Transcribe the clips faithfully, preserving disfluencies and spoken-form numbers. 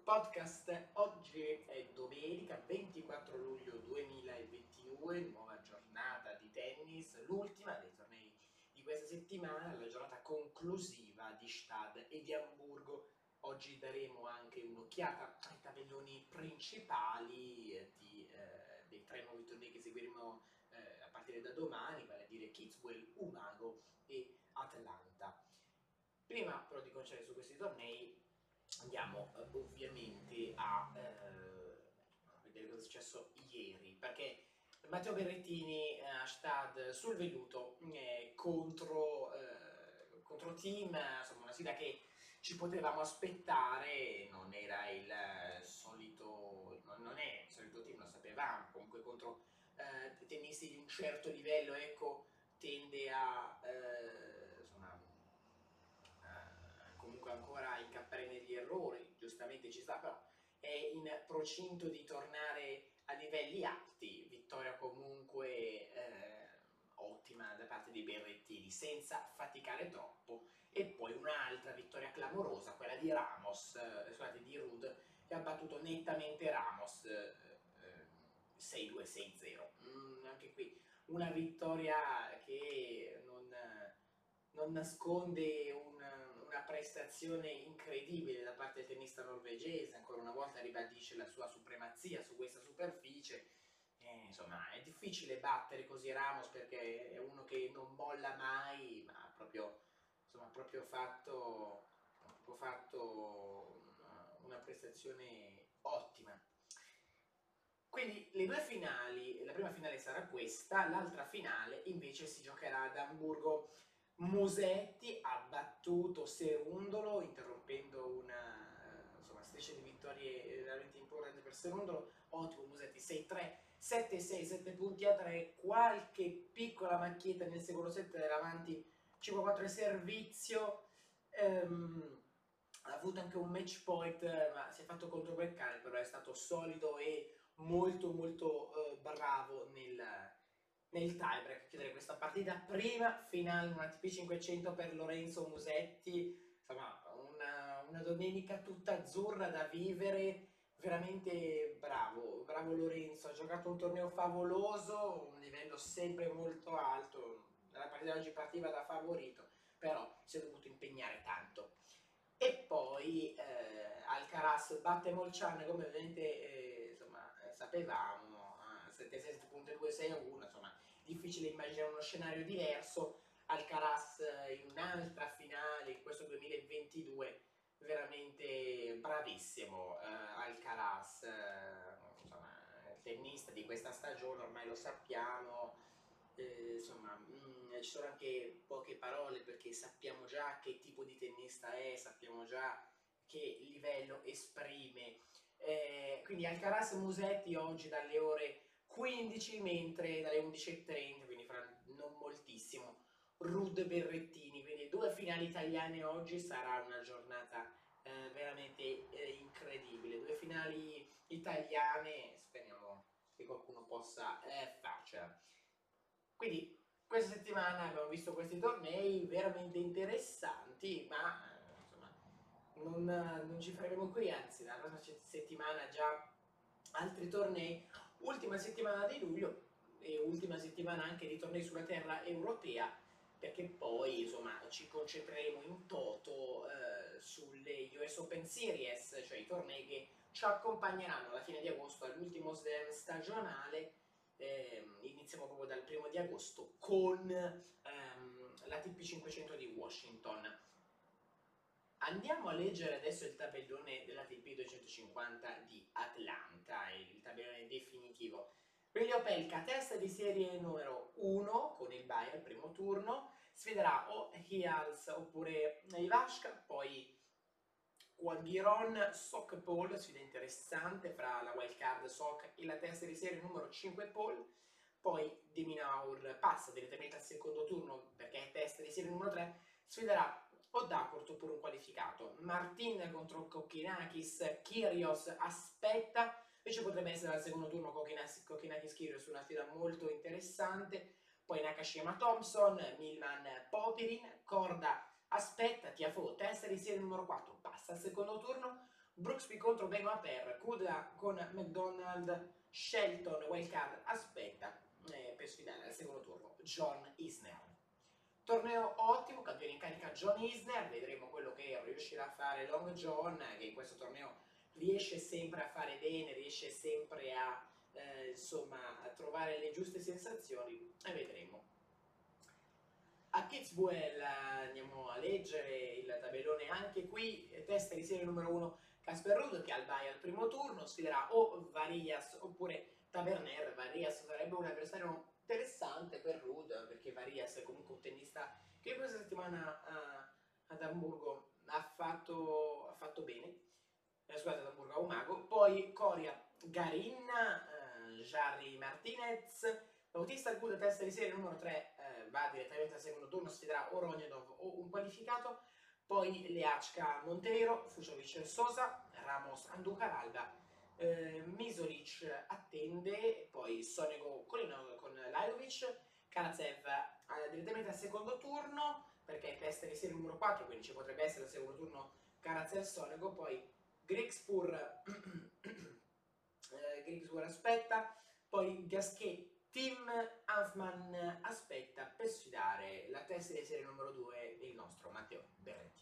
podcast. Oggi è domenica ventiquattro luglio duemilaventidue, nuova giornata di tennis, l'ultima dei tornei di questa settimana, la giornata conclusiva di Stade e di Amburgo. Oggi daremo anche un'occhiata ai tabelloni principali eh, di, eh, dei tre nuovi tornei che seguiremo eh, a partire da domani, vale a dire Kitzbühel, Umago e Atlanta. Prima però di cominciare su questi tornei andiamo eh, ovviamente a, eh, a vedere cosa è successo ieri, perché Matteo Berrettini eh, a Stade sul velluto eh, contro, eh, contro Thiem, insomma una sfida che ci potevamo aspettare, non era il solito, non è il solito Thiem, lo sapevamo, comunque contro eh, tennisti di un certo livello, ecco, tende a eh, insomma, eh, comunque ancora incappare negli errori, giustamente ci sta, però è in procinto di tornare a livelli alti, vittoria comunque eh, ottima da parte dei Berrettini, senza faticare troppo, e poi un'altra vittoria clamorosa, quella di Ramos, eh, scusate, di Ruud, che ha battuto nettamente Ramos eh, eh, sei due sei zero. Mm, anche qui una vittoria che non, non nasconde un, una prestazione incredibile da parte del tennista norvegese, ancora una volta ribadisce la sua supremazia su questa superficie. Eh, insomma, è difficile battere così Ramos perché è uno che non molla mai, ma ha proprio, insomma, proprio fatto, proprio fatto una, una prestazione ottima. Quindi le due finali, la prima finale sarà questa, l'altra finale invece si giocherà ad Amburgo. Musetti ha battuto Serundolo, interrompendo una insomma, striscia di vittorie veramente importante per Serundolo. Ottimo Musetti, sei tre, sette sei, sette punti a tre, qualche piccola macchietta nel secondo set, era avanti cinque quattro in servizio. Ehm, ha avuto anche un match point, ma si è fatto controbeccare, però è stato solido e molto molto eh, bravo nel, nel tiebreak a chiudere questa partita. Prima finale un A T P cinquecento per Lorenzo Musetti, insomma una, una domenica tutta azzurra da vivere, veramente bravo, bravo Lorenzo, ha giocato un torneo favoloso, un livello sempre molto alto, la partita di oggi partiva da favorito, però si è dovuto impegnare tanto. E poi eh, Alcaraz batte Molchan, come ovviamente eh, insomma, eh, sapevamo, a sette sei, sette punto due, sei a uno, insomma, difficile immaginare uno scenario diverso. Alcaraz eh, in un'altra finale, in questo duemilaventidue, veramente bravissimo. Eh, Alcaraz, eh, insomma, il tennista di questa stagione, ormai lo sappiamo. Eh, insomma, mh, ci sono anche poche parole perché sappiamo già che tipo di tennista è, sappiamo già che livello esprime. Eh, quindi Alcaraz Musetti oggi dalle ore quindici, mentre dalle undici e trenta, quindi fra non moltissimo, Ruud Berrettini. Quindi due finali italiane oggi, sarà una giornata eh, veramente eh, incredibile. Due finali italiane, speriamo che qualcuno possa eh, farcela. Quindi questa settimana abbiamo visto questi tornei veramente interessanti, ma eh, insomma non, non ci faremo qui, anzi la prossima settimana già altri tornei, ultima settimana di luglio e ultima settimana anche di tornei sulla terra europea, perché poi insomma ci concentreremo in toto eh, sulle U S Open Series, cioè i tornei che ci accompagneranno alla fine di agosto all'ultimo slam stagionale. Eh, iniziamo proprio dal primo di agosto con ehm, l'A T P cinquecento di Washington. Andiamo a leggere adesso il tabellone dell'A T P duecentocinquanta di Atlanta, il tabellone definitivo. Relio Pelka, testa di serie numero uno con il bye al primo turno, sfiderà o Hials oppure Ivashka, poi Quagiron, Sock Paul, sfida interessante fra la wildcard Sock e la testa di serie numero cinque Paul. Poi De Minaur passa direttamente al secondo turno perché è testa di serie numero tre, sfiderà o Dacourt oppure un qualificato. Martin contro Kokkinakis, Kyrgios aspetta, invece potrebbe essere al secondo turno Kokkinakis Kyrgios, una sfida molto interessante. Poi Nakashima Thompson, Milman Popirin, Corda aspetta, Tiafoe, testa di serie numero quattro, passa al secondo turno, Brooksby contro Benoit Per, Kudla con McDonald, Shelton, wildcard, aspetta eh, per sfidare al secondo turno John Isner. Torneo ottimo, campione in carica John Isner, vedremo quello che riuscirà a fare Long John, che in questo torneo riesce sempre a fare bene, riesce sempre a, eh, insomma, a trovare le giuste sensazioni, e vedremo. A Kitzbühel andiamo a leggere il tabellone anche qui, testa di serie numero uno Casper Ruud, che al bye al primo turno sfiderà o Varillas oppure Taverner. Varillas sarebbe un avversario interessante per Ruud, perché Varillas è comunque un tennista che questa settimana a, ad Amburgo ha fatto, ha fatto bene, eh, scusate, ad Amburgo a Umago. Poi Coria Garin, eh, Jarry Martinez, Bautista Agut, testa di serie numero tre, eh, va direttamente al secondo turno, sfiderà o Rognedov o un qualificato. Poi Leachka Monteiro, Fuciovic Sosa, Ramos Andujar Alba, eh, Misolic attende, poi Sonego con, con Lajkovic, Karatsev eh, direttamente al secondo turno, perché è testa di serie numero quattro, quindi ci potrebbe essere al secondo turno Karatsev Sonego. Poi Grigspur, eh, Grigspur aspetta, poi Gasquet Tim Hanfman aspetta per sfidare la testa di serie numero due, il nostro Matteo Berrettini.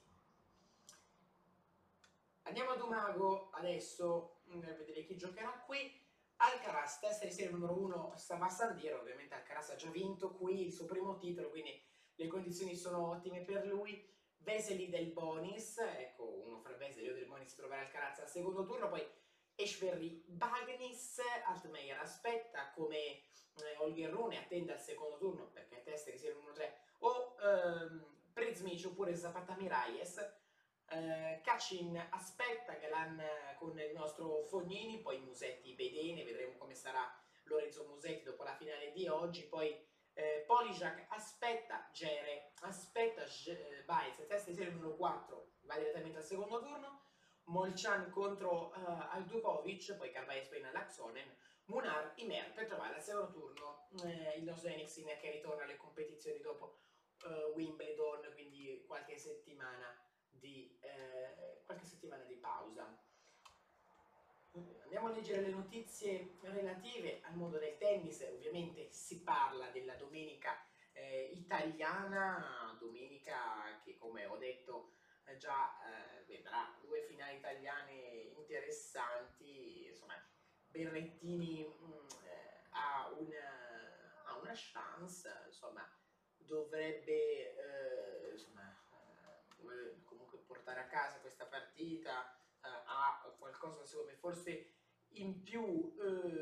Andiamo ad Umago adesso per vedere chi giocherà qui. Alcaraz, testa di serie numero uno, stava a San Diego, ovviamente Alcaraz ha già vinto qui il suo primo titolo, quindi le condizioni sono ottime per lui. Vesely Del Bonis, ecco, uno fra Vesely o Del Bonis troverà Alcaraz al secondo turno. Poi Echeverry Bagnis, Altmaier aspetta, come eh, Holger Rune attende al secondo turno perché è testa di serie numero tre, o ehm, Prezmic oppure Zapata Miralles. eh, Kacin aspetta, Galan con il nostro Fognini, poi Musetti Bedene, vedremo come sarà Lorenzo Musetti dopo la finale di oggi. Poi eh, Polizak aspetta, Gere aspetta, eh, Baez, testa di serie numero quattro, va direttamente al secondo turno. Molchan contro uh, Aldukovic, poi Carvalho Spina Laxonen, Munar, Imer per trovare al secondo turno eh, il nostro Enixin che ritorna alle competizioni dopo uh, Wimbledon, quindi qualche settimana di, eh, qualche settimana di pausa. Andiamo a leggere le notizie relative al mondo del tennis. Ovviamente si parla della domenica eh, italiana, domenica che, come ho detto, eh, già eh, vedrà due finali italiane interessanti. Insomma, Berrettini mh, eh, ha, una, ha una chance, insomma, dovrebbe, eh, insomma, eh, dovrebbe comunque portare a casa questa partita. Uh, ha qualcosa secondo me forse in più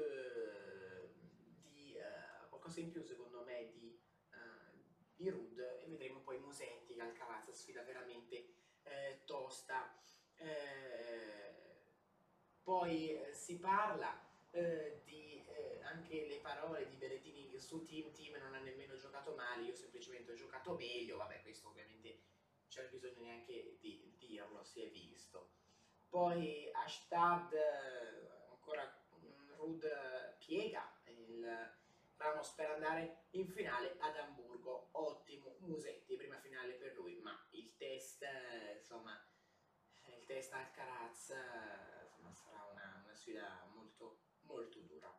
uh, di uh, qualcosa in più secondo me di, uh, di Ruud, e vedremo poi Musetti che Alcaraz sfida veramente uh, tosta. Uh, poi uh, si parla uh, di uh, anche le parole di Berrettini su Team Team non ha nemmeno giocato male, io semplicemente ho giocato meglio. Vabbè, questo ovviamente c'è bisogno neanche di dirlo, si è visto. Poi hashtag ancora Ruud piega il Ramos per andare in finale ad Amburgo. Ottimo Musetti, prima finale per lui, ma il test, insomma, il test Alcaraz, insomma, sarà una, una sfida molto molto dura.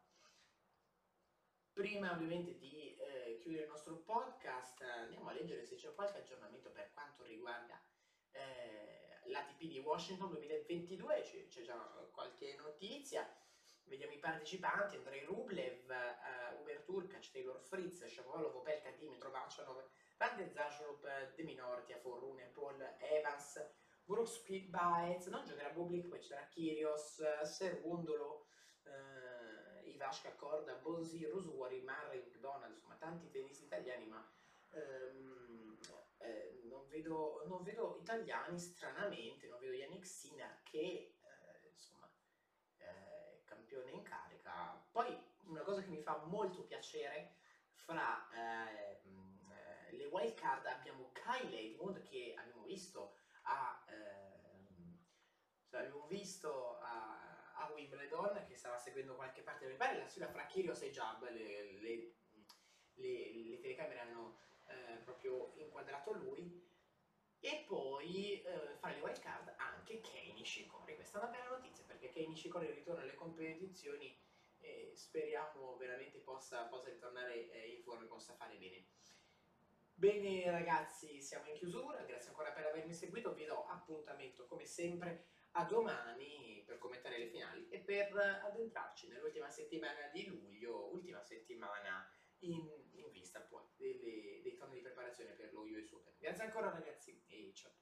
Prima ovviamente di eh, chiudere il nostro podcast, andiamo a leggere se c'è qualche aggiornamento per quanto riguarda eh, l'A T P di Washington duemilaventidue, c'è già qualche notizia. Vediamo i partecipanti: Andrei Rublev, uh, Uber Turkac, Taylor Fritz, Shapovalov, Opelka, Dimitrov, Achanov, Van Zajarup, De Minor, Tiafoe, Rune, Paul Evans, Brooksby, Baez, non giocherà Bublik, poi ci sarà Kyrgios, Servundolo, uh, Ivashka, Korda, Bonsi, Rosuari, Murray, McDonald, insomma tanti tennisti italiani, ma um, eh, non, vedo, non vedo italiani, stranamente, non vedo Yannick Sinner che eh, insomma eh, campione in carica. Poi una cosa che mi fa molto piacere, fra eh, eh, le wild card abbiamo Kyle Edmund che abbiamo visto a ehm, cioè abbiamo visto a, a Wimbledon, che stava seguendo qualche parte, mi pare la sfida fra Kyrgios e Jab, le, le, le, le telecamere hanno eh, proprio inquadrato lui. E poi eh, fra le wild card anche Kei Nishikori. Questa è una bella che Nishikori ritorna alle competizioni e speriamo veramente possa, possa ritornare eh, in forma e possa fare bene. Bene ragazzi, siamo in chiusura, grazie ancora per avermi seguito, vi do appuntamento come sempre a domani per commentare le finali e per addentrarci nell'ultima settimana di luglio, ultima settimana in, in vista poi delle, dei tornei di preparazione per lo U S Open. Grazie ancora ragazzi e ciao a tutti.